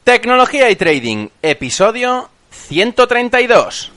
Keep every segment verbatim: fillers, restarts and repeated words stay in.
Tecnología y Trading, episodio ciento treinta y dos.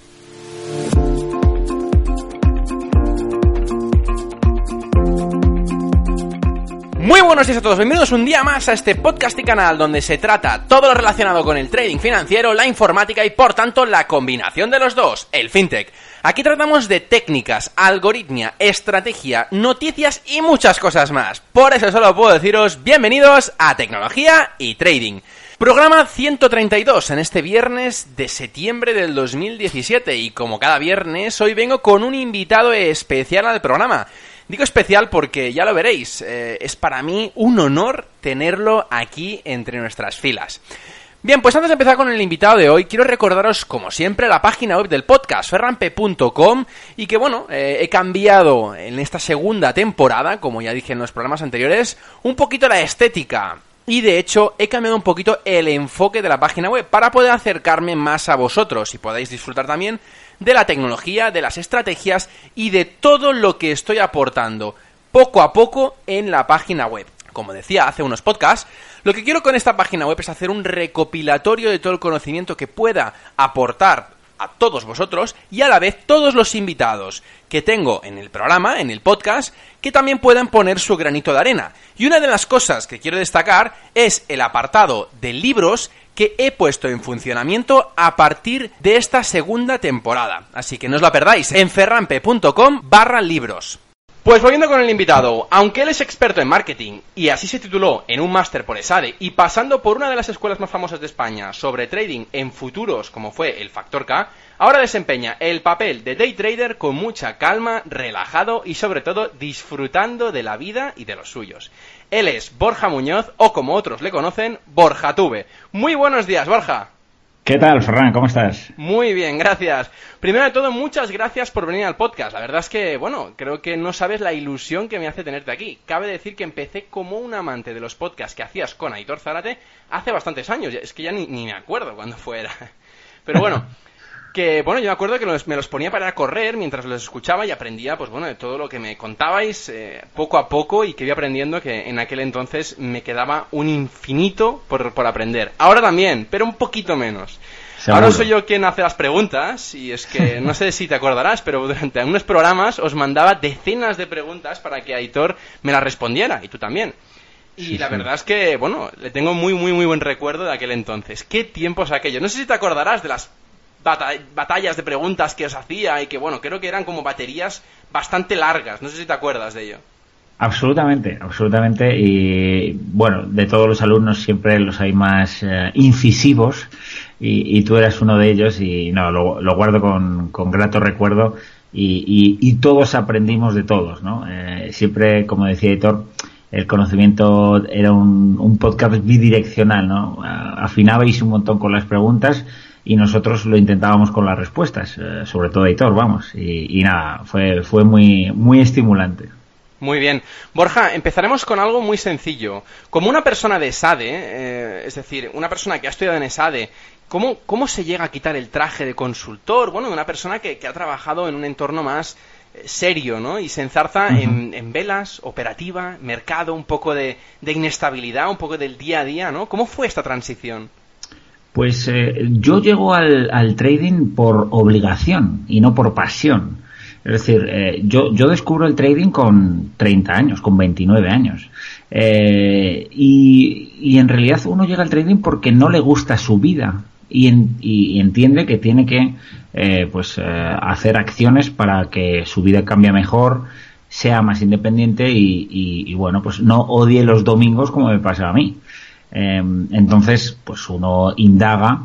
Muy buenos días a todos, bienvenidos un día más a este podcast y canal donde se trata todo lo relacionado con el trading financiero, la informática y por tanto la combinación de los dos, el fintech. Aquí tratamos de técnicas, algoritmia, estrategia, noticias y muchas cosas más. Por eso solo puedo deciros bienvenidos a Tecnología y Trading. Programa ciento treinta y dos en este viernes de septiembre del dos mil diecisiete y como cada viernes hoy vengo con un invitado especial al programa. Digo especial porque ya lo veréis, eh, es para mí un honor tenerlo aquí entre nuestras filas. Bien, pues antes de empezar con el invitado de hoy, quiero recordaros, como siempre, la página web del podcast, ferrampe punto com, y que, bueno, eh, he cambiado en esta segunda temporada, como ya dije en los programas anteriores, un poquito la estética. Y de hecho he cambiado un poquito el enfoque de la página web para poder acercarme más a vosotros y podáis disfrutar también de la tecnología, de las estrategias y de todo lo que estoy aportando poco a poco en la página web. Como decía hace unos podcasts, lo que quiero con esta página web es hacer un recopilatorio de todo el conocimiento que pueda aportar a todos vosotros y a la vez todos los invitados que tengo en el programa, en el podcast, que también puedan poner su granito de arena. Y una de las cosas que quiero destacar es el apartado de libros que he puesto en funcionamiento a partir de esta segunda temporada. Así que no os la perdáis en ferrampe punto com barra libros. Pues volviendo con el invitado, aunque él es experto en marketing y así se tituló en un máster por ESADE y pasando por una de las escuelas más famosas de España sobre trading en futuros como fue el Factor K, ahora desempeña el papel de day trader con mucha calma, relajado y sobre todo disfrutando de la vida y de los suyos. Él es Borja Muñoz o como otros le conocen, Borjatube. Muy buenos días, Borja. ¿Qué tal, Ferran? ¿Cómo estás? Muy bien, gracias. Primero de todo, muchas gracias por venir al podcast. La verdad es que, bueno, creo que no sabes la ilusión que me hace tenerte aquí. Cabe decir que empecé como un amante de los podcasts que hacías con Aitor Zárate hace bastantes años. Es que ya ni, ni me acuerdo cuándo fuera. Pero bueno, que bueno, yo me acuerdo que los, me los ponía para ir a correr mientras los escuchaba y aprendía, pues bueno, de todo lo que me contabais eh, poco a poco y que iba aprendiendo, que en aquel entonces me quedaba un infinito por, por aprender. Ahora también, pero un poquito menos. Seguro. Ahora soy yo quien hace las preguntas y es que no sé si te acordarás, pero durante unos programas os mandaba decenas de preguntas para que Aitor me las respondiera y tú también. Y sí, la sí. verdad es que, bueno, le tengo muy, muy, muy buen recuerdo de aquel entonces. ¿Qué tiempos aquellos? No sé si te acordarás de las batallas de preguntas que os hacía y que, bueno, creo que eran como baterías bastante largas. No sé si te acuerdas de ello. Absolutamente, absolutamente. Y bueno, de todos los alumnos siempre los hay más eh, incisivos y, y tú eras uno de ellos y no, lo, lo guardo con, con grato recuerdo y, y, y todos aprendimos de todos, ¿no? Eh, siempre, como decía Aitor, el conocimiento era un, un podcast bidireccional, ¿no? Afinabais un montón con las preguntas y nosotros lo intentábamos con las respuestas, eh, sobre todo Aitor, vamos, y, y nada, fue fue muy muy estimulante. Muy bien. Borja, empezaremos con algo muy sencillo. Como una persona de ESADE, eh, es decir, una persona que ha estudiado en ESADE, ¿cómo, cómo se llega a quitar el traje de consultor? Bueno, una persona que, que ha trabajado en un entorno más eh, serio, ¿no? Y se enzarza uh-huh. en, en velas, operativa, mercado, un poco de, de inestabilidad, un poco del día a día, ¿no? ¿Cómo fue esta transición? Pues eh, yo llego al, al trading por obligación y no por pasión. Es decir, eh, yo, yo descubro el trading con treinta años, con veintinueve años. Eh, y, y en realidad uno llega al trading porque no le gusta su vida y, en, y entiende que tiene que eh, pues eh, hacer acciones para que su vida cambie mejor, sea más independiente y, y, y bueno, pues no odie los domingos como me pasa a mí. Eh, entonces, pues uno indaga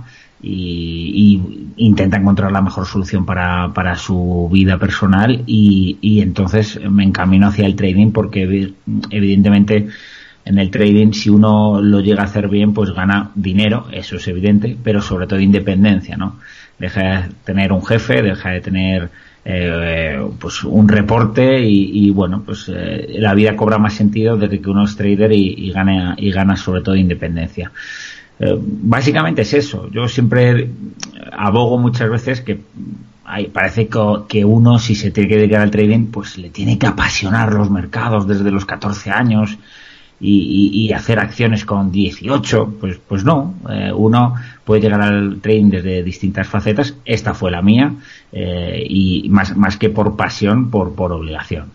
y, y intenta encontrar la mejor solución para, para su vida personal y, y entonces me encamino hacia el trading porque evidentemente en el trading si uno lo llega a hacer bien pues gana dinero, eso es evidente, pero sobre todo independencia, ¿no? Deja de tener un jefe, deja de tener eh, pues un reporte y, y bueno, pues eh, la vida cobra más sentido desde que uno es trader y, y gana y gana sobre todo independencia. Eh, básicamente es eso. Yo siempre abogo muchas veces que hay, parece que, que uno si se tiene que dedicar al trading pues le tiene que apasionar los mercados desde los catorce años y, y, y hacer acciones con dieciocho, pues, pues no. Eh, uno puede llegar al trading desde distintas facetas. Esta fue la mía, eh, y más, más que por pasión, por, por obligación.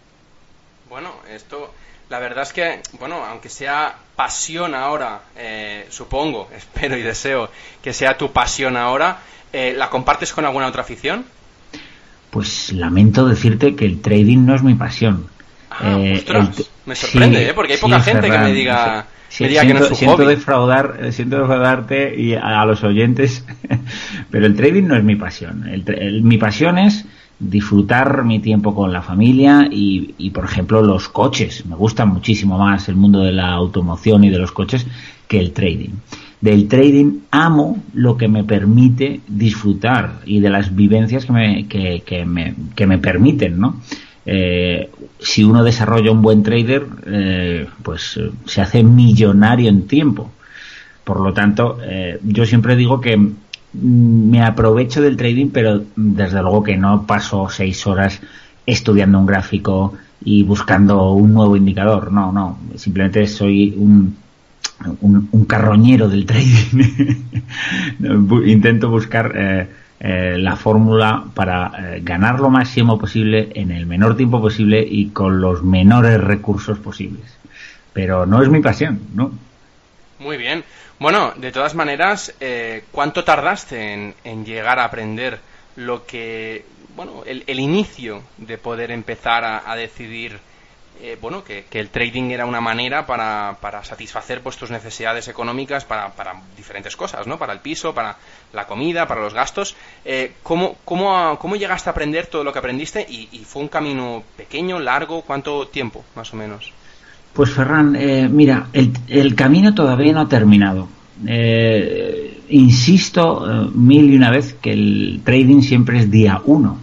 Bueno, esto, la verdad es que, bueno, aunque sea pasión ahora, eh, supongo, espero y deseo que sea tu pasión ahora, eh, ¿la compartes con alguna otra afición? Pues lamento decirte que el trading no es mi pasión. Ah, eh, ostras, el, me sorprende, sí, ¿eh? Porque hay sí, poca gente Ferran, que me diga, sí, me diga siento, que no es su siento hobby. Defraudar, siento defraudarte y a, a los oyentes, pero el trading no es mi pasión. El, el, mi pasión es disfrutar mi tiempo con la familia y, y, por ejemplo, los coches. Me gusta muchísimo más el mundo de la automoción y de los coches que el trading. Del trading amo lo que me permite disfrutar y de las vivencias que me, que, que me, que me permiten, ¿no? Eh, si uno desarrolla un buen trader, eh, pues eh, se hace millonario en tiempo. Por lo tanto, eh, yo siempre digo que me aprovecho del trading, pero desde luego que no paso seis horas estudiando un gráfico y buscando un nuevo indicador. No, no. Simplemente soy un Un, un carroñero del trading. Intento buscar eh, eh, la fórmula para eh, ganar lo máximo posible en el menor tiempo posible y con los menores recursos posibles. Pero no es mi pasión, ¿no? Muy bien. Bueno, de todas maneras, eh, ¿cuánto tardaste en, en llegar a aprender lo que, bueno, el, el inicio de poder empezar a, a decidir Eh, bueno, que, que el trading era una manera para, para satisfacer pues tus necesidades económicas para, para diferentes cosas, ¿no? Para el piso, para la comida, para los gastos. Eh, ¿cómo, cómo, ¿Cómo llegaste a aprender todo lo que aprendiste? ¿Y, y fue un camino pequeño, largo? ¿Cuánto tiempo, más o menos? Pues Ferran, eh, mira, el, el camino todavía no ha terminado. Eh, insisto eh, mil y una vez que el trading siempre es día uno.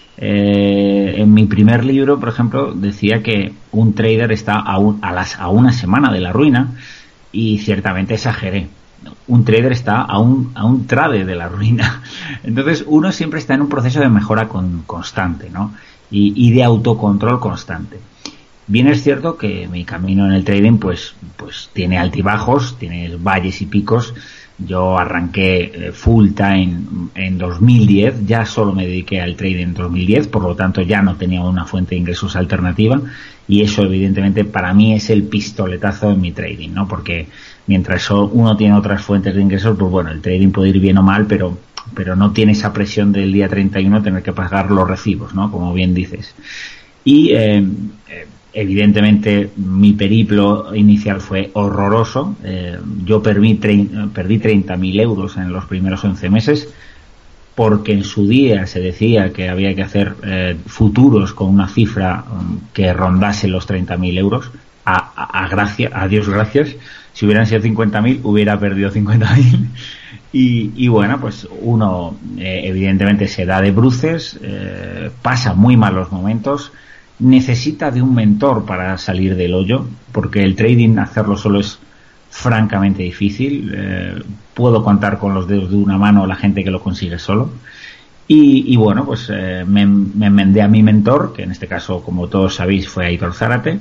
Eh, en mi primer libro, por ejemplo, decía que un trader está a, un, a, las, a una semana de la ruina, y ciertamente exageré. Un trader está a un, a un trade de la ruina. Entonces uno siempre está en un proceso de mejora con, constante, ¿no? Y, y de autocontrol constante. Bien es cierto que mi camino en el trading pues, pues tiene altibajos, tiene valles y picos. Yo arranqué full time en dos mil diez, ya solo me dediqué al trading en dos mil diez, por lo tanto ya no tenía una fuente de ingresos alternativa, y eso evidentemente para mí es el pistoletazo en mi trading, ¿no? Porque mientras uno tiene otras fuentes de ingresos, pues bueno, el trading puede ir bien o mal, pero pero no tiene esa presión del día treinta y uno tener que pagar los recibos, ¿no? Como bien dices. Y eh, eh, evidentemente mi periplo inicial fue horroroso. Eh, yo perdí, perdí treinta mil euros en los primeros once meses, porque en su día se decía que había que hacer eh, futuros con una cifra um, que rondase los treinta mil euros. A, a, a, gracia, a Dios gracias, si hubieran sido cincuenta mil hubiera perdido cincuenta mil. Y, y bueno, pues uno eh, evidentemente se da de bruces, eh, pasa muy malos momentos, necesita de un mentor para salir del hoyo, porque el trading hacerlo solo es francamente difícil. Eh, puedo contar con los dedos de una mano la gente que lo consigue solo. Y, y bueno, pues eh, me, me enmendé a mi mentor, que en este caso, como todos sabéis, fue Aitor Zárate.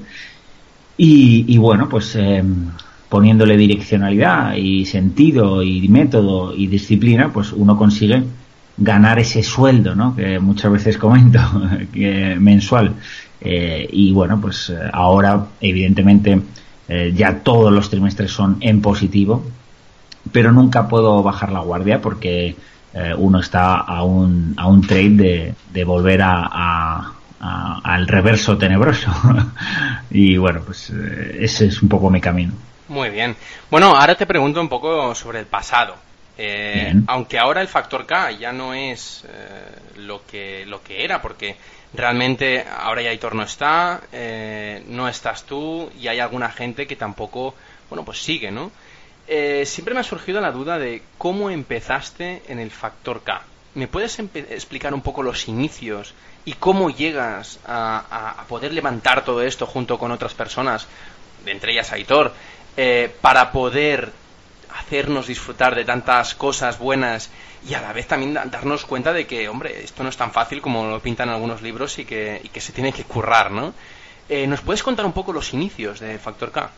Y, y bueno, pues eh, poniéndole direccionalidad y sentido y método y disciplina, pues uno consigue ganar ese sueldo, ¿no? Que muchas veces comento, que mensual. Eh, y bueno, pues ahora evidentemente eh, ya todos los trimestres son en positivo, pero nunca puedo bajar la guardia, porque eh, uno está a un, a un trade de, de volver a, a, a, al reverso tenebroso. Y bueno, pues eh, ese es un poco mi camino. Muy bien. Bueno, ahora te pregunto un poco sobre el pasado. Eh, aunque ahora el factor K ya no es eh, lo que lo que era, porque realmente ahora ya Aitor no está, eh, no estás tú, y hay alguna gente que tampoco, bueno, pues sigue, ¿no? Eh, siempre me ha surgido la duda de cómo empezaste en el factor K. ¿Me puedes empe- explicar un poco los inicios y cómo llegas a, a, a poder levantar todo esto junto con otras personas, entre ellas Aitor, eh, para poder hacernos disfrutar de tantas cosas buenas y a la vez también darnos cuenta de que, hombre, esto no es tan fácil como lo pintan algunos libros y que, y que se tiene que currar, ¿no? Eh, ¿Nos puedes contar un poco los inicios de Factor K?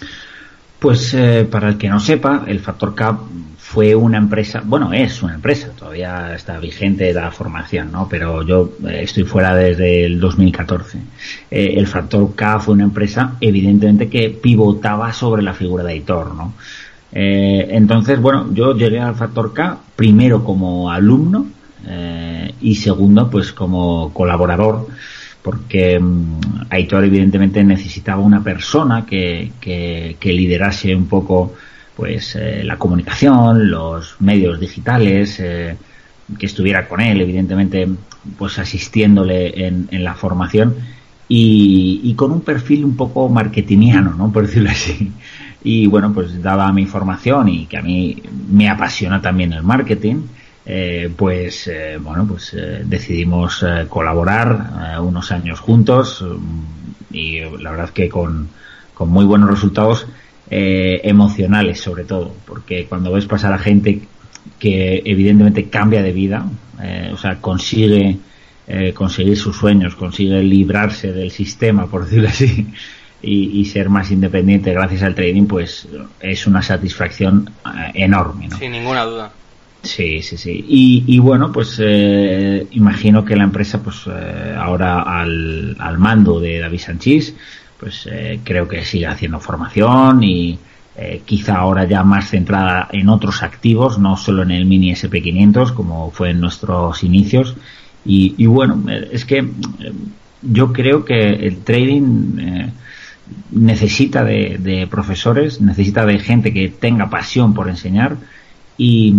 Pues eh, para el que no sepa, el Factor K fue una empresa, bueno, es una empresa, todavía está vigente la formación, ¿no? Pero yo eh, estoy fuera desde el dos mil catorce. Eh, el Factor K fue una empresa, evidentemente, que pivotaba sobre la figura de editor, ¿no? Eh, entonces, bueno, yo llegué al Factor K primero como alumno eh, y segundo, pues como colaborador, porque um, Aitor evidentemente necesitaba una persona que, que, que liderase un poco pues eh, la comunicación, los medios digitales, eh, que estuviera con él, evidentemente, pues asistiéndole en, en la formación y, y con un perfil un poco marketingiano, ¿no? Por decirlo así. Y bueno, pues daba mi formación y que a mí me apasiona también el marketing, eh, pues eh, bueno, pues eh, decidimos eh, colaborar eh, unos años juntos y la verdad que con, con muy buenos resultados. Eh, emocionales sobre todo, porque cuando ves pasar a gente que evidentemente cambia de vida, eh, o sea, consigue eh, conseguir sus sueños, consigue librarse del sistema, por decirlo así, y, y ser más independiente gracias al trading, pues es una satisfacción eh, enorme, ¿no? Sin ninguna duda. Sí, sí, sí. Y, y bueno, pues eh, imagino que la empresa, pues eh, ahora al, al mando de David Sanchís, pues eh, creo que sigue haciendo formación y eh, quizá ahora ya más centrada en otros activos, no solo en el mini ese and pe quinientos como fue en nuestros inicios. Y, y bueno, es que eh, yo creo que el trading eh, necesita de, de profesores, necesita de gente que tenga pasión por enseñar y,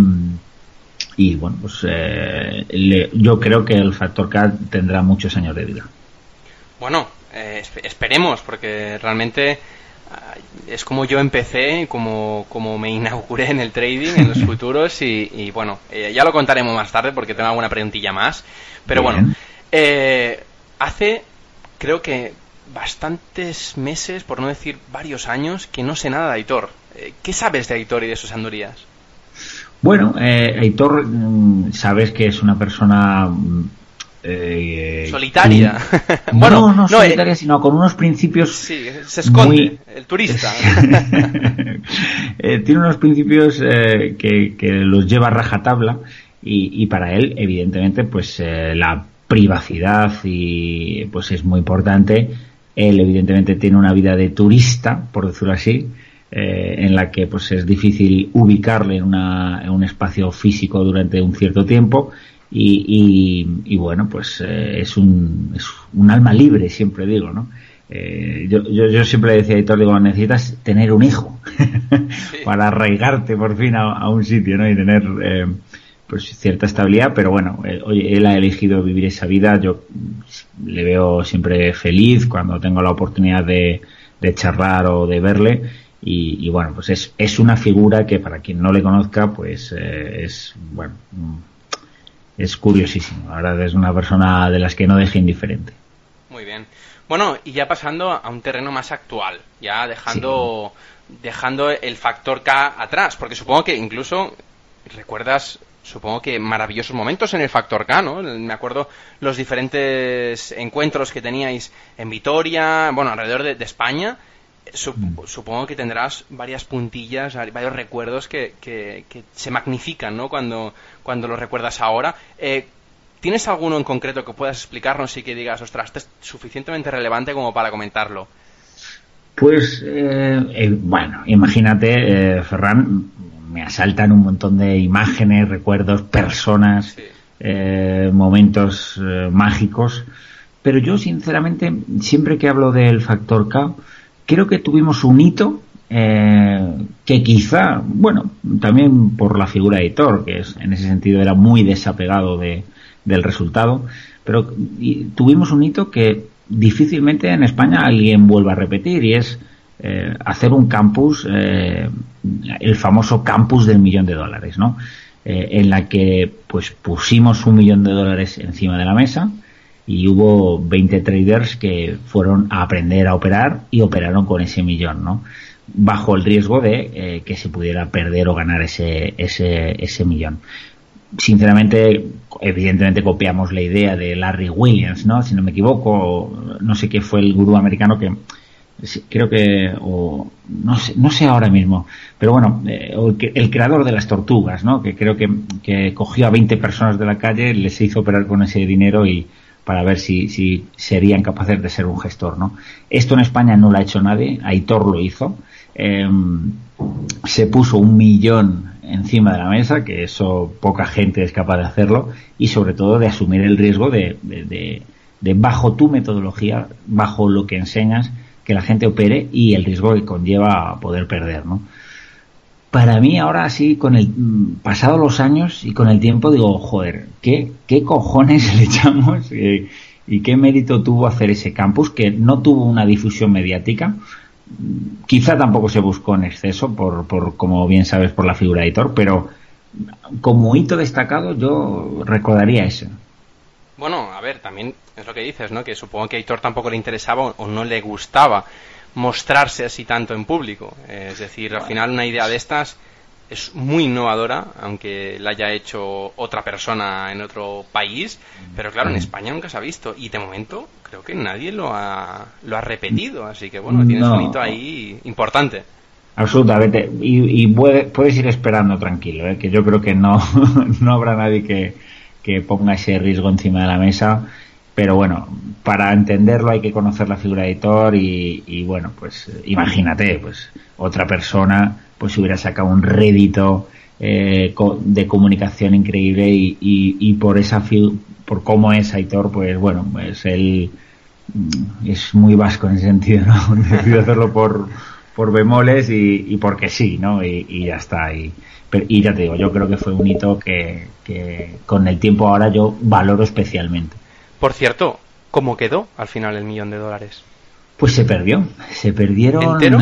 y bueno, pues eh, le, yo creo que el Factor K tendrá muchos años de vida. Bueno, Eh, esperemos, porque realmente uh, es como yo empecé, como, como me inauguré en el trading, en los futuros y, y bueno, eh, ya lo contaremos más tarde porque tengo alguna preguntilla más, pero Bien. bueno, eh, hace creo que bastantes meses, por no decir varios años, que no sé nada de Aitor. Eh, ¿Qué sabes de Aitor y de sus andurías? Bueno, eh, Aitor, sabes que es una persona Eh, solitaria. Un, bueno, no, no solitaria, eh, sino con unos principios. Sí, se esconde, muy, el turista. eh, tiene unos principios eh, que, que los lleva a rajatabla y, y para él, evidentemente, pues eh, la privacidad y pues es muy importante. Él, evidentemente, tiene una vida de turista, por decirlo así, eh, en la que pues es difícil ubicarle en, una, en un espacio físico durante un cierto tiempo. Y, y, y bueno, pues eh, es un es un alma libre, siempre digo, ¿no? Eh, yo, yo yo siempre decía a Aitor, digo, necesitas tener un hijo sí. para arraigarte por fin a, a un sitio, ¿no? Y tener eh, pues cierta estabilidad, pero bueno, eh, oye, él ha elegido vivir esa vida, yo le veo siempre feliz cuando tengo la oportunidad de, de charlar o de verle y, y bueno, pues es es una figura que para quien no le conozca, pues eh, es, bueno, es curiosísimo. La verdad es una persona de las que no deje indiferente. Muy bien. Bueno, y ya pasando a un terreno más actual, ya dejando sí. dejando el Factor K atrás, porque supongo que incluso recuerdas, supongo que maravillosos momentos en el Factor K, ¿no? Me acuerdo los diferentes encuentros que teníais en Vitoria, bueno, alrededor de, de España. Sup- supongo que tendrás varias puntillas, varios recuerdos que, que, que se magnifican, ¿no? Cuando, cuando los recuerdas ahora. Eh, ¿Tienes alguno en concreto que puedas explicarnos y que digas, ostras, este es suficientemente relevante como para comentarlo? Pues, eh, eh, bueno, imagínate, eh, Ferran, me asaltan un montón de imágenes, recuerdos, personas, sí. eh, momentos eh, mágicos, pero yo, sinceramente, siempre que hablo del Factor K, creo que tuvimos un hito eh, que quizá, bueno, también por la figura de Aitor, que es, en ese sentido era muy desapegado de, del resultado, pero y, tuvimos un hito que difícilmente en España alguien vuelva a repetir y es eh, hacer un campus, eh, el famoso campus del millón de dólares, ¿no? Eh, en la que pues pusimos un millón de dólares encima de la mesa y hubo veinte traders que fueron a aprender a operar y operaron con ese millón, ¿no? Bajo el riesgo de eh, que se pudiera perder o ganar ese ese ese millón. Sinceramente, evidentemente copiamos la idea de Larry Williams, ¿no? Si no me equivoco, no sé qué fue el gurú americano que creo que, o no sé, no sé ahora mismo, pero bueno, eh, el, el creador de las tortugas, ¿no? Que creo que, que cogió a veinte personas de la calle, les hizo operar con ese dinero y para ver si, si serían capaces de ser un gestor, ¿no? Esto en España no lo ha hecho nadie, Aitor lo hizo, eh, se puso un millón encima de la mesa, que eso poca gente es capaz de hacerlo, y sobre todo de asumir el riesgo de, de, de, de bajo tu metodología, bajo lo que enseñas, que la gente opere y el riesgo que conlleva a poder perder, ¿no? Para mí ahora sí, con el pasado los años y con el tiempo, digo, joder, ¿qué, qué cojones le echamos eh, y qué mérito tuvo hacer ese campus que no tuvo una difusión mediática? Quizá tampoco se buscó en exceso, por, por como bien sabes, por la figura de Aitor, pero como hito destacado yo recordaría eso. Bueno, a ver, también es lo que dices, ¿no? Que supongo que a Aitor tampoco le interesaba o no le gustaba mostrarse así tanto en público. Es decir, al final una idea de estas es muy innovadora, aunque la haya hecho otra persona en otro país, pero claro, en España nunca se ha visto y de momento creo que nadie lo ha, lo ha repetido, así que bueno, tienes no. un hito ahí importante. Absolutamente, y, y puede, puedes ir esperando tranquilo, ¿eh? Que yo creo que no, no habrá nadie que, que ponga ese riesgo encima de la mesa. Pero bueno, para entenderlo hay que conocer la figura de Aitor y, y bueno, pues imagínate, pues otra persona pues hubiera sacado un rédito eh, de comunicación increíble y, y, y por esa fi- por cómo es Aitor, pues bueno, pues él es muy vasco en ese sentido, ¿no? Decidió hacerlo por por bemoles y, y porque sí, ¿no? Y, y ya está. Y, y ya te digo, yo creo que fue un hito que, que con el tiempo ahora yo valoro especialmente. Por cierto, ¿cómo quedó al final el millón de dólares? Pues se perdió. Se perdieron... ¿Entero?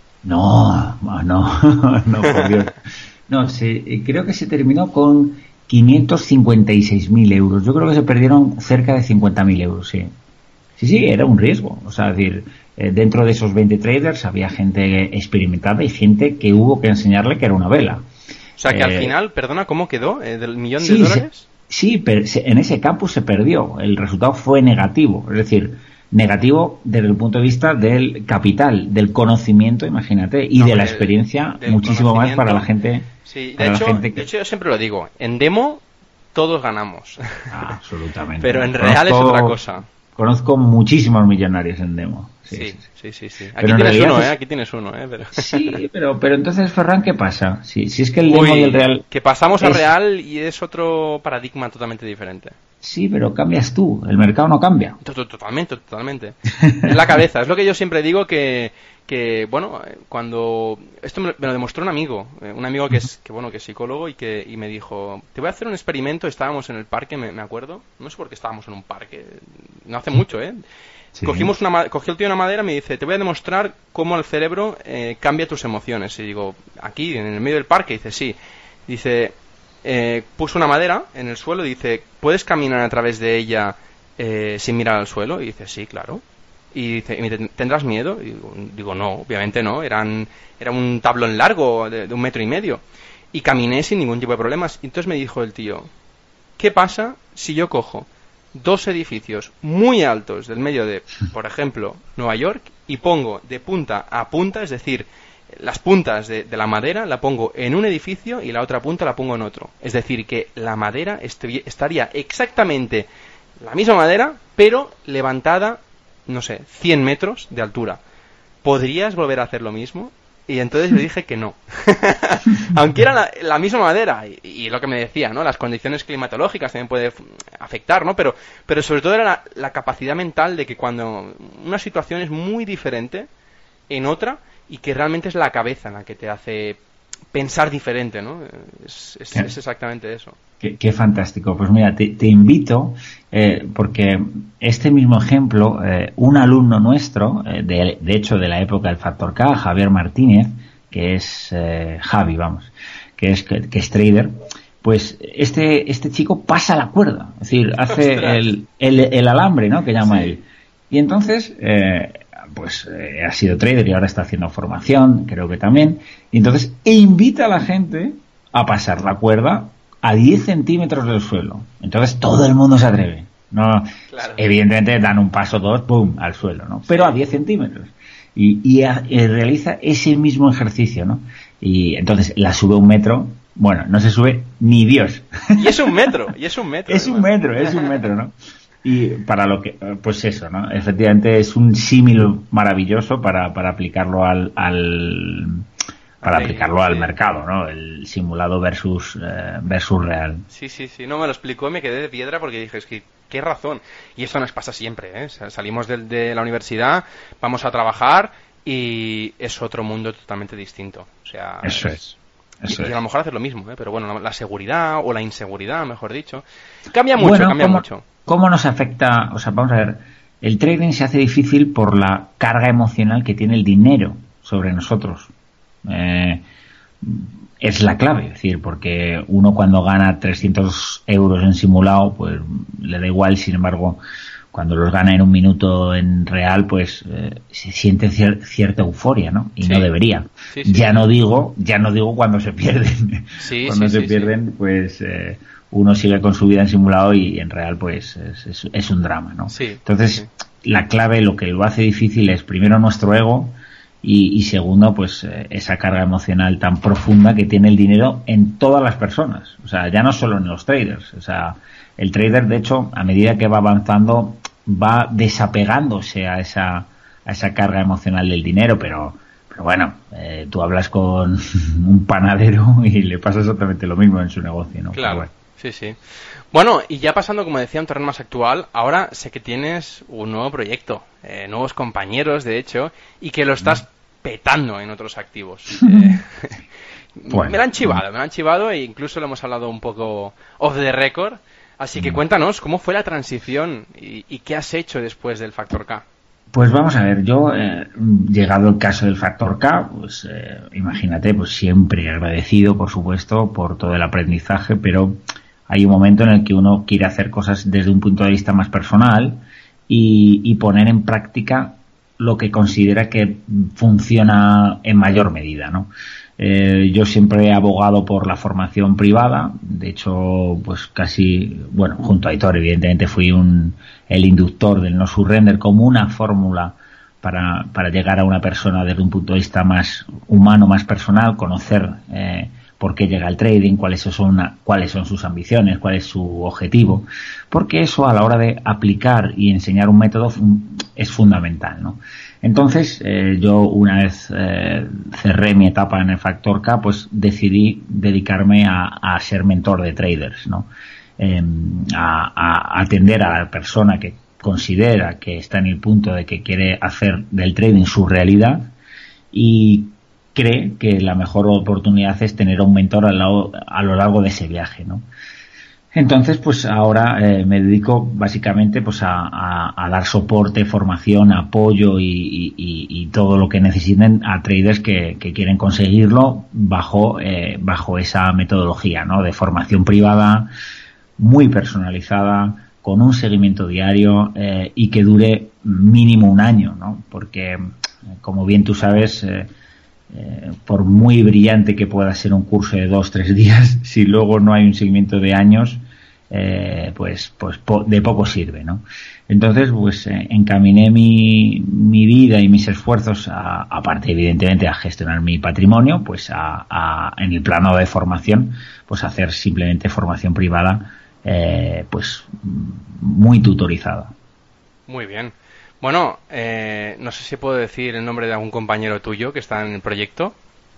No, no, no, por Dios. No, se, creo que se terminó con quinientos cincuenta y seis mil euros. Yo creo que se perdieron cerca de cincuenta mil euros, sí. Sí, sí, era un riesgo. O sea, es decir, eh, dentro de esos veinte traders había gente experimentada y gente que hubo que enseñarle que era una vela. O sea, que eh, al final, perdona, ¿cómo quedó eh, del millón sí, de dólares? Se, Sí, pero en ese campus se perdió. El resultado fue negativo. Es decir, negativo desde el punto de vista del capital, del conocimiento, imagínate, y no, de la del, experiencia, del muchísimo más para la gente. Sí, de hecho, gente que... de hecho, yo siempre lo digo. En demo, todos ganamos. Ah, absolutamente. Pero en real conozco, es otra cosa. Conozco muchísimos millonarios en demo. Sí, sí, sí. sí, sí. Aquí, pero tienes uno, es... ¿eh? Aquí tienes uno, ¿eh? Pero... Sí, pero, pero entonces, Ferran, ¿qué pasa? Si, si es que el demo Uy, y el real... Que pasamos es... a real y es otro paradigma totalmente diferente. Sí, pero cambias tú. El mercado no cambia. Totalmente, totalmente. Es la cabeza. Es lo que yo siempre digo que... que bueno, cuando... Esto me lo demostró un amigo. Un amigo que es, que, bueno, que es psicólogo y que y me dijo... Te voy a hacer un experimento. Estábamos en el parque, me, me acuerdo. No sé por qué estábamos en un parque. No hace mucho, ¿eh? Sí. Cogimos una, cogió el tío una madera y me dice, te voy a demostrar cómo el cerebro eh, cambia tus emociones. Y digo, aquí, en el medio del parque. Dice, sí. Dice, eh, puso una madera en el suelo y dice, ¿puedes caminar a través de ella eh, sin mirar al suelo? Y dice, sí, claro. Y dice, ¿tendrás miedo? Y digo, digo, no, obviamente no. Eran, era un tablón largo de, de un metro y medio. Y caminé sin ningún tipo de problemas. Y entonces me dijo el tío, ¿qué pasa si yo cojo dos edificios muy altos del medio de, por ejemplo, Nueva York, y pongo de punta a punta, es decir, las puntas de, de la madera la pongo en un edificio y la otra punta la pongo en otro? Es decir, que la madera estu- estaría exactamente la misma madera, pero levantada, no sé, cien metros de altura. ¿Podrías volver a hacer lo mismo? Y entonces le dije que no. Aunque era la, la misma madera. Y, y lo que me decía, ¿no? Las condiciones climatológicas también puede afectar, ¿no? Pero, pero sobre todo era la, la capacidad mental de que cuando una situación es muy diferente en otra y que realmente es la cabeza en la que te hace pensar diferente, ¿no? Es, es, es exactamente eso. Qué, qué fantástico. Pues mira, te, te invito, eh, porque este mismo ejemplo, eh, un alumno nuestro, eh, de, de hecho de la época del Factor K, Javier Martínez, que es eh, Javi, vamos, que es que, que es trader, pues este este chico pasa la cuerda, es decir, hace el, el, el alambre, ¿no? Que llama sí. él. Y entonces, eh, pues eh, ha sido trader y ahora está haciendo formación, creo que también, y entonces e invita a la gente a pasar la cuerda a diez centímetros del suelo. Entonces todo el mundo se atreve. No, claro. Evidentemente dan un paso, dos, ¡pum!, al suelo, ¿no? Pero sí. a diez centímetros. y, y, a, y realiza ese mismo ejercicio, ¿no? Y entonces la sube un metro, bueno, no se sube ni Dios. Y es un metro, y es un metro. Es un metro, es un metro, ¿no? Y para lo que, pues eso, ¿no? Efectivamente es un símil maravilloso para, para aplicarlo al, al para sí, aplicarlo sí. al mercado, ¿no? El simulado versus eh, versus real. Sí, sí, sí. No me lo explicó y me quedé de piedra porque dije, es que qué razón. Y eso nos pasa siempre, ¿eh? Salimos de, de la universidad, vamos a trabajar y es otro mundo totalmente distinto. O sea, eso es. Eso y, es. y a lo mejor hacer lo mismo, ¿eh? Pero bueno, la seguridad o la inseguridad, mejor dicho, cambia mucho, bueno, cambia ¿cómo, mucho. ¿Cómo nos afecta? O sea, vamos a ver, el trading se hace difícil por la carga emocional que tiene el dinero sobre nosotros. Eh, es la clave, es decir, porque uno cuando gana trescientos euros en simulado, pues le da igual, sin embargo, cuando los gana en un minuto en real, pues eh, se siente cier- cierta euforia, ¿no? Y sí. no debería. Sí, sí, ya sí. no digo, ya no digo cuando se pierden. Sí, cuando sí, se sí, pierden, sí. pues eh, uno sigue con su vida en simulado y en real, pues es, es, es un drama, ¿no? Sí, Entonces, sí. la clave, lo que lo hace difícil es primero nuestro ego y, y segundo, pues eh, esa carga emocional tan profunda que tiene el dinero en todas las personas. O sea, ya no solo en los traders. O sea, el trader, de hecho, a medida que va avanzando, va desapegándose a esa a esa carga emocional del dinero, pero pero bueno, eh, tú hablas con un panadero y le pasa exactamente lo mismo en su negocio, ¿no? Claro, bueno. sí, sí. Bueno, y ya pasando, como decía, a un terreno más actual, ahora sé que tienes un nuevo proyecto, eh, nuevos compañeros, de hecho, y que lo estás petando en otros activos. Eh, bueno, me lo han chivado, me lo han chivado e incluso lo hemos hablado un poco off the record. Así que cuéntanos, ¿cómo fue la transición y, y qué has hecho después del Factor K? Pues vamos a ver, yo, eh, llegado el caso del Factor K, pues eh, imagínate, pues siempre agradecido, por supuesto, por todo el aprendizaje, pero hay un momento en el que uno quiere hacer cosas desde un punto de vista más personal y, y poner en práctica lo que considera que funciona en mayor medida, ¿no? Eh, yo siempre he abogado por la formación privada, de hecho, pues casi, bueno, junto a Aitor, evidentemente fui un, el inductor del no surrender como una fórmula para, para llegar a una persona desde un punto de vista más humano, más personal, conocer eh, por qué llega al trading, cuáles son, una, cuáles son sus ambiciones, cuál es su objetivo, porque eso a la hora de aplicar y enseñar un método es fundamental, ¿no? Entonces, eh, yo una vez eh, cerré mi etapa en el Factor K, pues decidí dedicarme a, a ser mentor de traders, ¿no? Eh, a, a atender a la persona que considera que está en el punto de que quiere hacer del trading su realidad y cree que la mejor oportunidad es tener a un mentor al lado, a lo largo de ese viaje, ¿no? Entonces, pues ahora eh, me dedico básicamente pues a, a, a dar soporte, formación, apoyo y, y, y todo lo que necesiten a traders que, que quieren conseguirlo bajo eh, bajo esa metodología, ¿no? De formación privada, muy personalizada, con un seguimiento diario eh, y que dure mínimo un año, ¿no? Porque, como bien tú sabes, eh, Eh, por muy brillante que pueda ser un curso de dos, tres días, si luego no hay un seguimiento de años, eh, pues, pues po- de poco sirve, ¿no? Entonces, pues eh, encaminé mi, mi vida y mis esfuerzos, a, aparte evidentemente a gestionar mi patrimonio, pues a, a, en el plano de formación, pues a hacer simplemente formación privada, eh, pues muy tutorizada. Muy bien. Bueno, eh, no sé si puedo decir el nombre de algún compañero tuyo que está en el proyecto.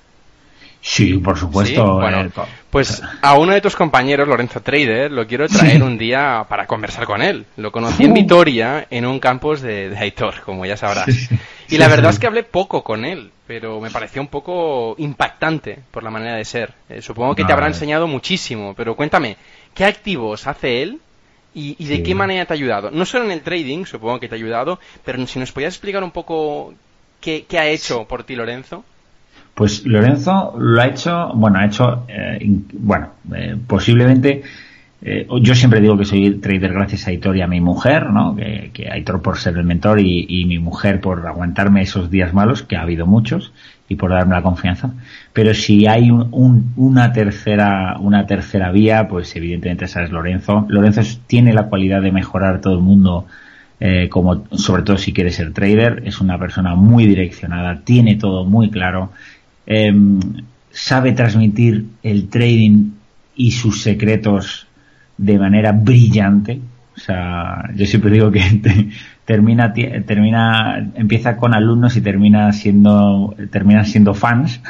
Sí, por supuesto. ¿Sí? Bueno, eh, pues a uno de tus compañeros, Lorenzo Trader, lo quiero traer un día para conversar con él. Lo conocí en Vitoria, en un campus de, de Aitor, como ya sabrás. Y la verdad es que hablé poco con él, pero me pareció un poco impactante por la manera de ser. Eh, supongo que te habrá enseñado muchísimo, pero cuéntame, ¿qué activos hace él? ¿Y, y de sí. qué manera te ha ayudado? No solo en el trading, supongo que te ha ayudado, pero si nos podías explicar un poco qué, qué ha hecho por ti Lorenzo. Pues Lorenzo lo ha hecho, bueno, ha hecho, eh, bueno, eh, posiblemente, eh, yo siempre digo que soy trader gracias a Aitor y a mi mujer, ¿no? Que, que Aitor por ser el mentor y, y mi mujer por aguantarme esos días malos, que ha habido muchos, y por darme la confianza. Pero si hay un, un, una tercera, una tercera vía, pues evidentemente esa es Lorenzo. Lorenzo tiene la cualidad de mejorar a todo el mundo eh, como sobre todo si quieres ser trader. Es una persona muy direccionada, tiene todo muy claro, eh, sabe transmitir el trading y sus secretos de manera brillante. O sea, yo siempre digo que te, termina, termina, empieza con alumnos y termina siendo, terminan siendo fans,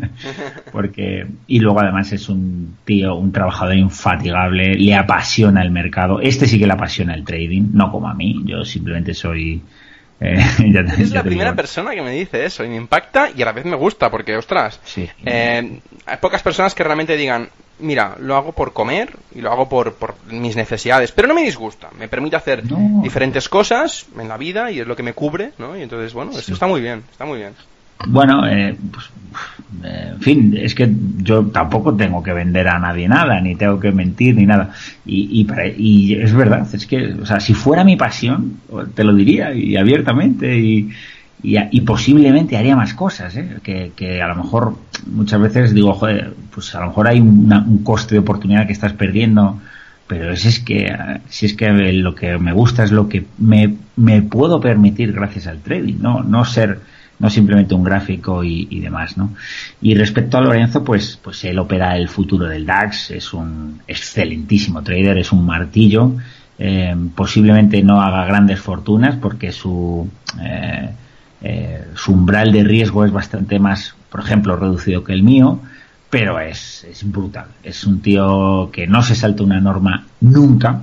porque, y luego además es un tío, un trabajador infatigable, le apasiona el mercado. Este sí que le apasiona el trading, no como a mí, yo simplemente soy, eh, ya, es ya la primera digo. persona que me dice eso y me impacta y a la vez me gusta porque, ostras, Sí. eh, hay pocas personas que realmente digan, mira, lo hago por comer y lo hago por, por mis necesidades, pero no me disgusta, me permite hacer No. diferentes cosas en la vida y es lo que me cubre, ¿no? Y entonces, bueno, Sí. esto está muy bien, está muy bien. Bueno, eh, pues, eh, en fin, es que yo tampoco tengo que vender a nadie nada, ni tengo que mentir, ni nada. Y, y, para, y es verdad, es que, o sea, si fuera mi pasión, te lo diría y abiertamente y, y, y posiblemente haría más cosas, ¿eh? Que, que a lo mejor muchas veces digo, joder, pues a lo mejor hay una, un coste de oportunidad que estás perdiendo, pero si es que, si es que lo que me gusta es lo que me, me puedo permitir gracias al trading, no, no ser, no simplemente un gráfico y, y demás, ¿no? Y respecto a Lorenzo, pues, pues él opera el futuro del DAX, es un excelentísimo trader, es un martillo, eh, posiblemente no haga grandes fortunas porque su, eh, eh, su umbral de riesgo es bastante más, por ejemplo, reducido que el mío, pero es, es brutal, es un tío que no se salta una norma nunca,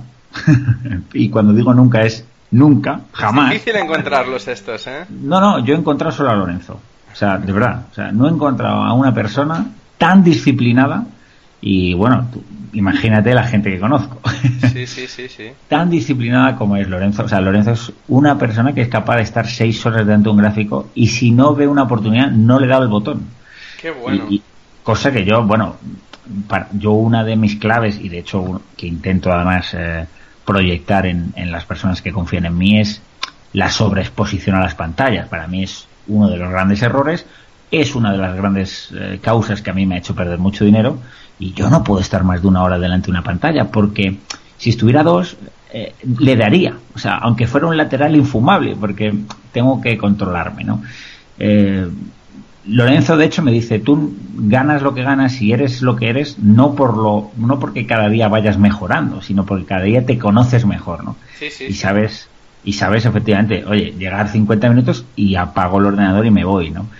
y cuando digo nunca es nunca, jamás. Es difícil encontrarlos estos, ¿eh? No, no, yo he encontrado solo a Lorenzo. O sea, de verdad. O sea, no he encontrado a una persona tan disciplinada y, bueno, tú, imagínate la gente que conozco. Sí, sí, sí, sí. Tan disciplinada como es Lorenzo. O sea, Lorenzo es una persona que es capaz de estar seis horas delante de un gráfico y si no ve una oportunidad no le da el botón. Qué bueno. Y, y cosa que yo, bueno, para, yo una de mis claves, y de hecho que intento además... Eh, proyectar en, en las personas que confían en mí es la sobreexposición a las pantallas. Para mí es uno de los grandes errores, es una de las grandes eh, causas que a mí me ha hecho perder mucho dinero y yo no puedo estar más de una hora delante de una pantalla porque si estuviera dos eh, le daría, o sea, aunque fuera un lateral infumable porque tengo que controlarme, ¿no? Eh, Lorenzo de hecho me dice, tú ganas lo que ganas y eres lo que eres no por lo no porque cada día vayas mejorando, sino porque cada día te conoces mejor, ¿no? Sí, sí, y sí. sabes y sabes efectivamente, oye, llegar cincuenta minutos y apago el ordenador y me voy, ¿no?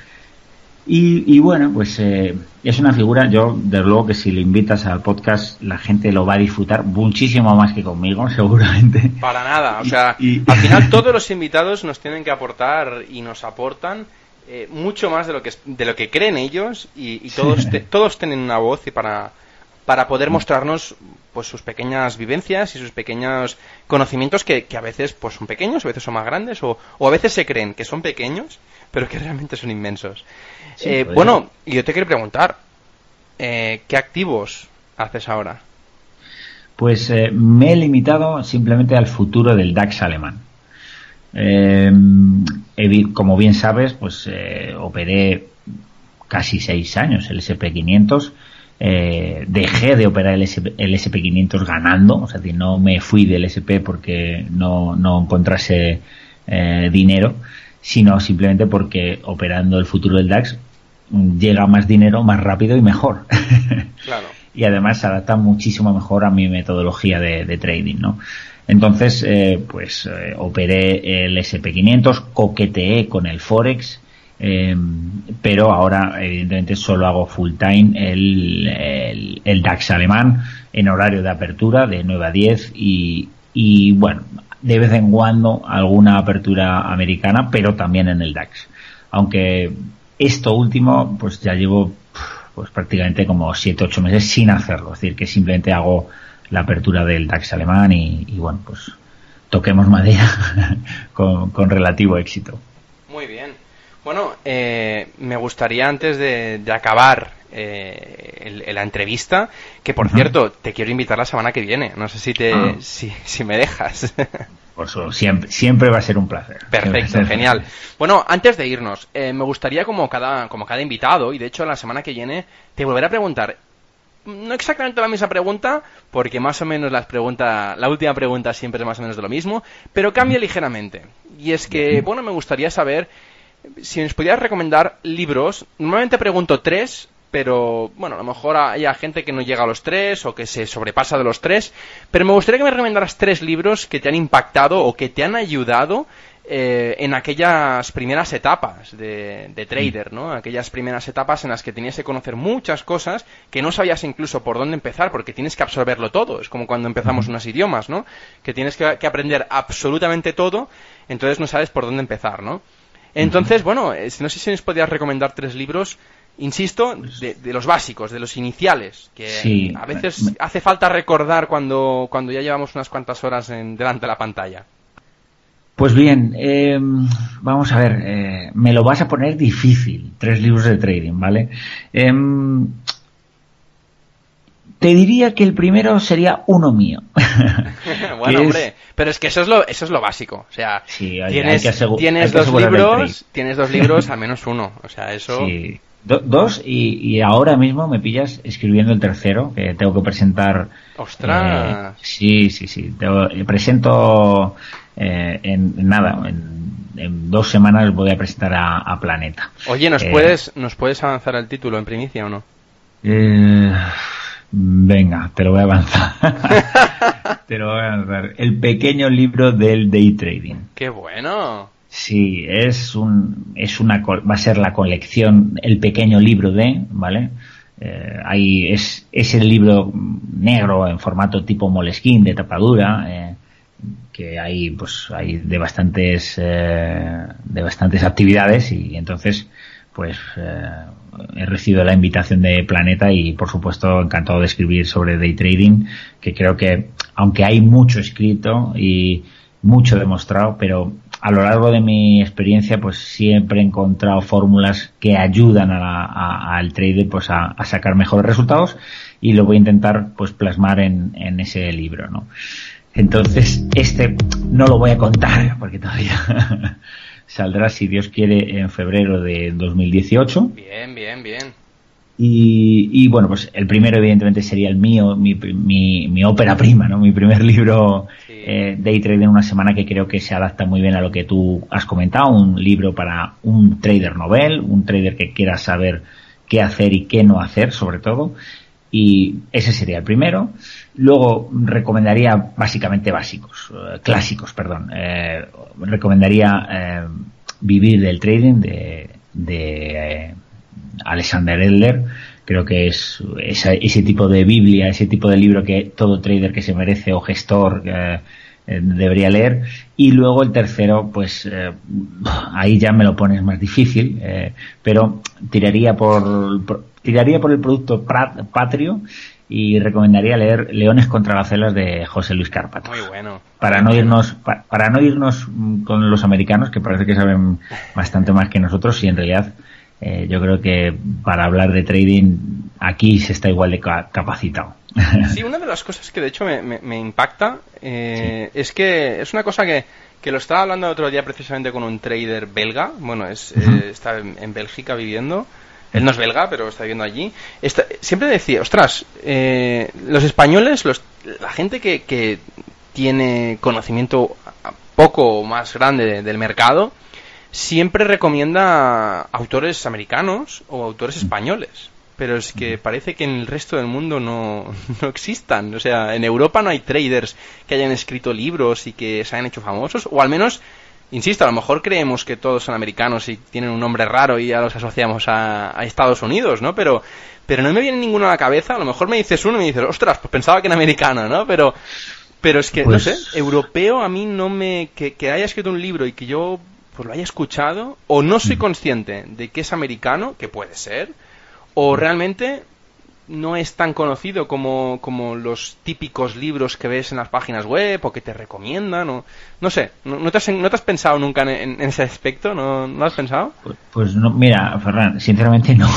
Y, y bueno, pues eh, es una figura, yo desde luego que si lo invitas al podcast la gente lo va a disfrutar muchísimo más que conmigo, seguramente. Para nada, o sea, y, y... al final todos los invitados nos tienen que aportar y nos aportan Eh, mucho más de lo que de lo que creen ellos y, y todos te, todos tienen una voz y para para poder mostrarnos pues sus pequeñas vivencias y sus pequeños conocimientos que, que a veces pues son pequeños, a veces son más grandes o, o a veces se creen que son pequeños pero que realmente son inmensos. Sí, eh, bueno, y yo te quiero preguntar eh, ¿qué activos haces ahora? Pues eh, me he limitado simplemente al futuro del DAX alemán. Eh, como bien sabes, pues eh, operé casi seis años el ese pe quinientos, eh, dejé de operar el, S, el ese pe quinientos ganando, o sea, no me fui del ese pe porque no, no encontrase eh, dinero, sino simplemente porque operando el futuro del DAX llega más dinero más rápido y mejor. Claro. Y además se adapta muchísimo mejor a mi metodología de, de trading, ¿no? Entonces, eh, pues eh, operé el ese pe quinientos, coqueteé con el Forex, eh, pero ahora evidentemente solo hago full time el, el, el DAX alemán en horario de apertura de nueve a diez y, y bueno, de vez en cuando alguna apertura americana, pero también en el DAX. Aunque esto último, pues ya llevo pues prácticamente como siete ocho meses sin hacerlo, es decir, que simplemente hago la apertura del DAX alemán y, y bueno, pues toquemos madera con, con relativo éxito. Muy bien. Bueno, eh, me gustaría antes de, de acabar eh, el, el, la entrevista, que por uh-huh. cierto, te quiero invitar la semana que viene. No sé si te uh-huh. si, si me dejas. Por eso, siempre, siempre va a ser un placer. Perfecto, genial. Bueno, antes de irnos, eh, me gustaría como cada, como cada invitado, y de hecho la semana que viene, te volveré a preguntar, no exactamente la misma pregunta, porque más o menos las preguntas, la última pregunta siempre es más o menos de lo mismo, pero cambia ligeramente. Y es que, bueno, me gustaría saber si nos pudieras recomendar libros. Normalmente pregunto tres, pero bueno, a lo mejor hay gente que no llega a los tres o que se sobrepasa de los tres, pero me gustaría que me recomendaras tres libros que te han impactado o que te han ayudado eh, en aquellas primeras etapas de, de trader, ¿no? Aquellas primeras etapas en las que tenías que conocer muchas cosas que no sabías incluso por dónde empezar, porque tienes que absorberlo todo. Es como cuando empezamos unos idiomas, ¿no? Que tienes que, que aprender absolutamente todo, entonces no sabes por dónde empezar, ¿no? Entonces, bueno, no sé si nos podías recomendar tres libros, insisto, de, de los básicos, de los iniciales, que sí, a veces me... hace falta recordar cuando, cuando ya llevamos unas cuantas horas en, delante de la pantalla. Pues bien, eh, vamos a ver, eh, me lo vas a poner difícil, tres libros de trading, ¿vale? Eh, te diría que el primero sería uno mío. Bueno, hombre, es... pero es que eso es lo, eso es lo básico. O sea, sí, hay, tienes, hay que asegu- tienes hay que dos libros, tienes dos libros, al menos uno. O sea, eso. Sí. Do- dos y, y ahora mismo me pillas escribiendo el tercero, que tengo que presentar. ¡Ostras! Eh, sí, sí, sí. Tengo, presento eh, en, en nada, en, en dos semanas voy a presentar a, a Planeta. Oye, ¿nos eh, puedes nos puedes avanzar el título en primicia o no? Eh, venga, te lo voy a avanzar. Te lo voy a avanzar. El pequeño libro del day trading. ¡Qué bueno! Sí, es un, es una, va a ser la colección El pequeño libro de, ¿vale? Eh, ahí es, es el libro negro en formato tipo Moleskine de tapadura, eh, que hay, pues, hay de bastantes, eh, de bastantes actividades y entonces, pues, eh, he recibido la invitación de Planeta y, por supuesto, encantado de escribir sobre day trading, que creo que, aunque hay mucho escrito y mucho demostrado, pero a lo largo de mi experiencia pues siempre he encontrado fórmulas que ayudan a la, a, al trader pues a, a sacar mejores resultados y lo voy a intentar pues plasmar en, en ese libro, ¿no? Entonces este no lo voy a contar porque todavía saldrá, si Dios quiere, en febrero de dos mil dieciocho. Bien, bien, bien. Y, y bueno, pues el primero evidentemente sería el mío, mi, mi, mi ópera prima, ¿no? Mi primer libro, sí. eh, Day Trade en una semana, que creo que se adapta muy bien a lo que tú has comentado, un libro para un trader novel, un trader que quiera saber qué hacer y qué no hacer, sobre todo. Y ese sería el primero. Luego recomendaría básicamente básicos, eh, clásicos, perdón. Eh, recomendaría eh, Vivir del Trading de, de eh, Alexander Adler. Creo que es esa, ese tipo de Biblia, ese tipo de libro que todo trader que se merece o gestor eh, eh, debería leer. Y luego el tercero, pues eh, ahí ya me lo pones más difícil, eh, pero tiraría por, por tiraría por el producto Patrio y recomendaría leer Leones contra las celas de José Luis Cárpatos. Muy bueno. Para no irnos para, para no irnos con los americanos, que parece que saben bastante más que nosotros, y en realidad eh, yo creo que para hablar de trading aquí se está igual de ca- capacitado. Sí, una de las cosas que de hecho me, me, me impacta eh, sí. es que es una cosa que, que lo estaba hablando el otro día precisamente con un trader belga. Bueno, es uh-huh. eh, está en, en Bélgica viviendo. Él no es belga, pero está viviendo allí. Está, siempre decía, ostras, eh, los españoles, los, la gente que, que tiene conocimiento poco o más grande de, del mercado, siempre recomienda autores americanos o autores españoles. Pero es que parece que en el resto del mundo no, no existan. O sea, en Europa no hay traders que hayan escrito libros y que se hayan hecho famosos, o al menos... Insisto, a lo mejor creemos que todos son americanos y tienen un nombre raro y ya los asociamos a, a Estados Unidos, ¿no? Pero pero no me viene ninguno a la cabeza. A lo mejor me dices uno y me dices, ostras, pues pensaba que era americano, ¿no? Pero pero es que, pues... no sé, europeo a mí no me... Que, que haya escrito un libro y que yo pues lo haya escuchado, o no soy consciente de que es americano, que puede ser, o realmente... no es tan conocido como, como los típicos libros que ves en las páginas web o que te recomiendan, o no sé, ¿no, no, te, has, ¿no te has pensado nunca en, en, en ese aspecto? ¿No, ¿No has pensado? Pues, pues no, mira, Ferran, sinceramente no.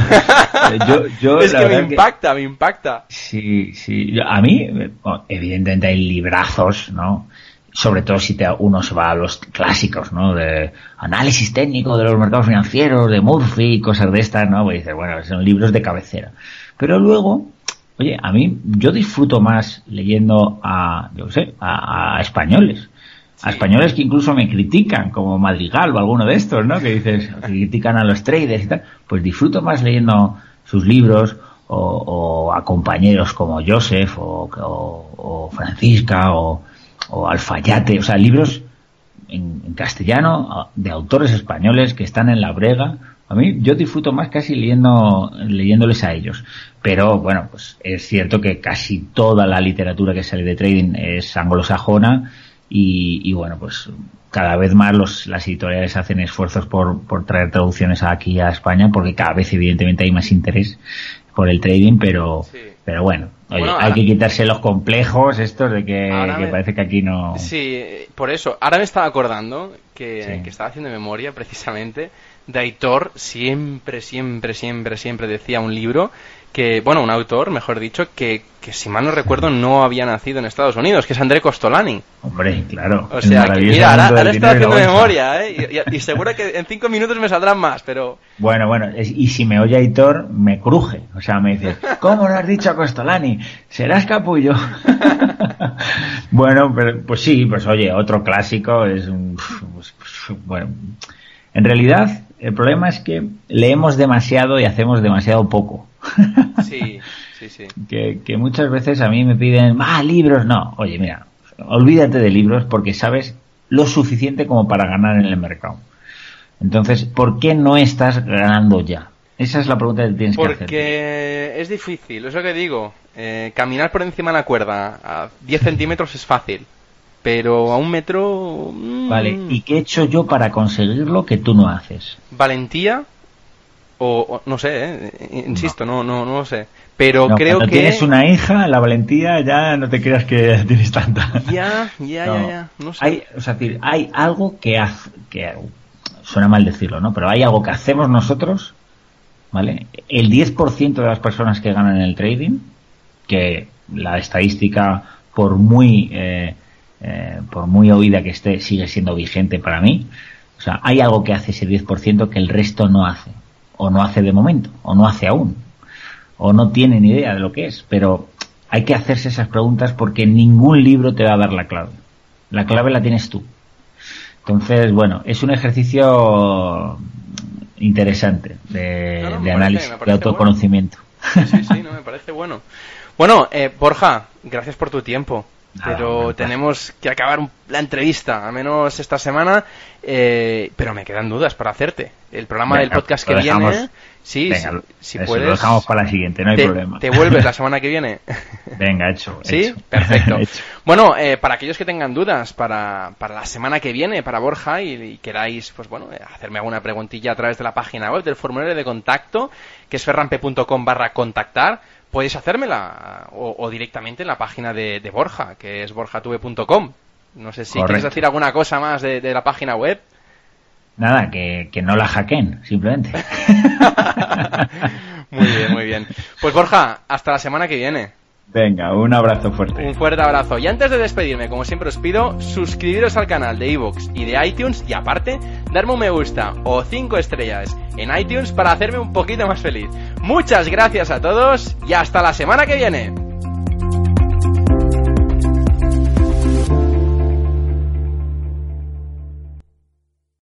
yo, yo, es que me impacta, que... me impacta. Sí, sí, a mí, bueno, evidentemente hay librazos, ¿no? Sobre todo si te, uno se va a los clásicos, ¿no? De análisis técnico de los mercados financieros, de Murphy, cosas de estas, ¿no? Pues dices, bueno, son libros de cabecera. Pero luego oye, a mí yo disfruto más leyendo a, yo sé, a, a españoles. A españoles que incluso me critican, como Madrigal o alguno de estos, ¿no? Que dices, que critican a los traders y tal. Pues disfruto más leyendo sus libros o, o a compañeros como Joseph o, o, o Francisca o, o Alfayate. O sea, libros en, en castellano de autores españoles que están en la brega. A mí yo disfruto más casi leyendo leyéndoles a ellos. Pero bueno, pues es cierto que casi toda la literatura que sale de trading es anglosajona. Y, y bueno, pues cada vez más los, las editoriales hacen esfuerzos por, por traer traducciones aquí a España, porque cada vez evidentemente hay más interés por el trading, pero sí. pero bueno, oye, bueno, ahora, hay que quitarse los complejos estos de que, que me, parece que aquí no... Sí, por eso, ahora me estaba acordando que, sí. que estaba haciendo memoria precisamente de Aitor, siempre, siempre, siempre, siempre decía un libro que, bueno, un autor, mejor dicho, que, que si mal no recuerdo no había nacido en Estados Unidos, que es André Costolani. Hombre, claro. O sea, que mira, ahora, ahora estoy haciendo memoria, ¿eh? Y, y, y seguro que en cinco minutos me saldrán más, pero... Bueno, bueno, y si me oye Aitor, me cruje. O sea, me dice, ¿cómo lo has dicho a Costolani? ¿Serás capullo? Bueno, pero, pues sí, pues oye, otro clásico es un... Pues, pues, bueno, en realidad... El problema es que leemos demasiado y hacemos demasiado poco. Sí, sí, sí. Que, que muchas veces a mí me piden, ah, libros. No, oye, mira, olvídate de libros porque sabes lo suficiente como para ganar en el mercado. Entonces, ¿por qué no estás ganando ya? Esa es la pregunta que tienes porque que hacer. Porque es difícil, es lo que digo. Eh, caminar por encima de la cuerda a diez centímetros es fácil. Pero a un metro... Mmm... Vale, ¿y qué he hecho yo para conseguirlo que tú no haces? ¿Valentía? O, o no sé, ¿eh? Insisto, no, no, no, no lo sé. Pero no, creo cuando que... tienes una hija, la valentía ya no te creas que tienes tanta. Ya, ya, no. ya, ya, no sé. Hay, o sea, decir, hay algo que hace... Que, suena mal decirlo, ¿no? Pero hay algo que hacemos nosotros, ¿vale? El diez por ciento de las personas que ganan en el trading, que la estadística, por muy... Eh, Eh, por muy oída que esté, sigue siendo vigente para mí. O sea, hay algo que hace ese diez por ciento que el resto no hace, o no hace de momento, o no hace aún, o no tiene ni idea de lo que es. Pero hay que hacerse esas preguntas porque ningún libro te va a dar la clave. La clave la tienes tú. Entonces, bueno, es un ejercicio interesante de, no, no, de análisis, parece, de autoconocimiento. Bueno. Sí, sí, no, me parece bueno. Bueno, eh, Borja, gracias por tu tiempo. Pero tenemos que acabar la entrevista, al menos esta semana, eh, pero me quedan dudas para hacerte. El programa venga, del podcast que dejamos, viene, sí, venga, si, si eso, puedes... lo dejamos para la siguiente, no hay te, problema. ¿Te vuelves la semana que viene? Venga, hecho. ¿Sí? Hecho. Perfecto. hecho. Bueno, eh, para aquellos que tengan dudas para, para la semana que viene, para Borja, y, y queráis, pues bueno, hacerme alguna preguntilla a través de la página web, del formulario de contacto, que es ferrampe punto com barra contactar, podéis hacérmela o, o directamente en la página de, de Borja, que es borjatube punto com. No sé si Correcto. Quieres decir alguna cosa más de, de la página web. Nada, que, que no la hackeen, simplemente. Muy bien, muy bien. Pues Borja, hasta la semana que viene. Venga, un abrazo fuerte. Un fuerte abrazo. Y antes de despedirme, como siempre os pido, suscribiros al canal de iVoox y de iTunes y aparte, darme un me gusta o cinco estrellas en iTunes para hacerme un poquito más feliz. Muchas gracias a todos y hasta la semana que viene.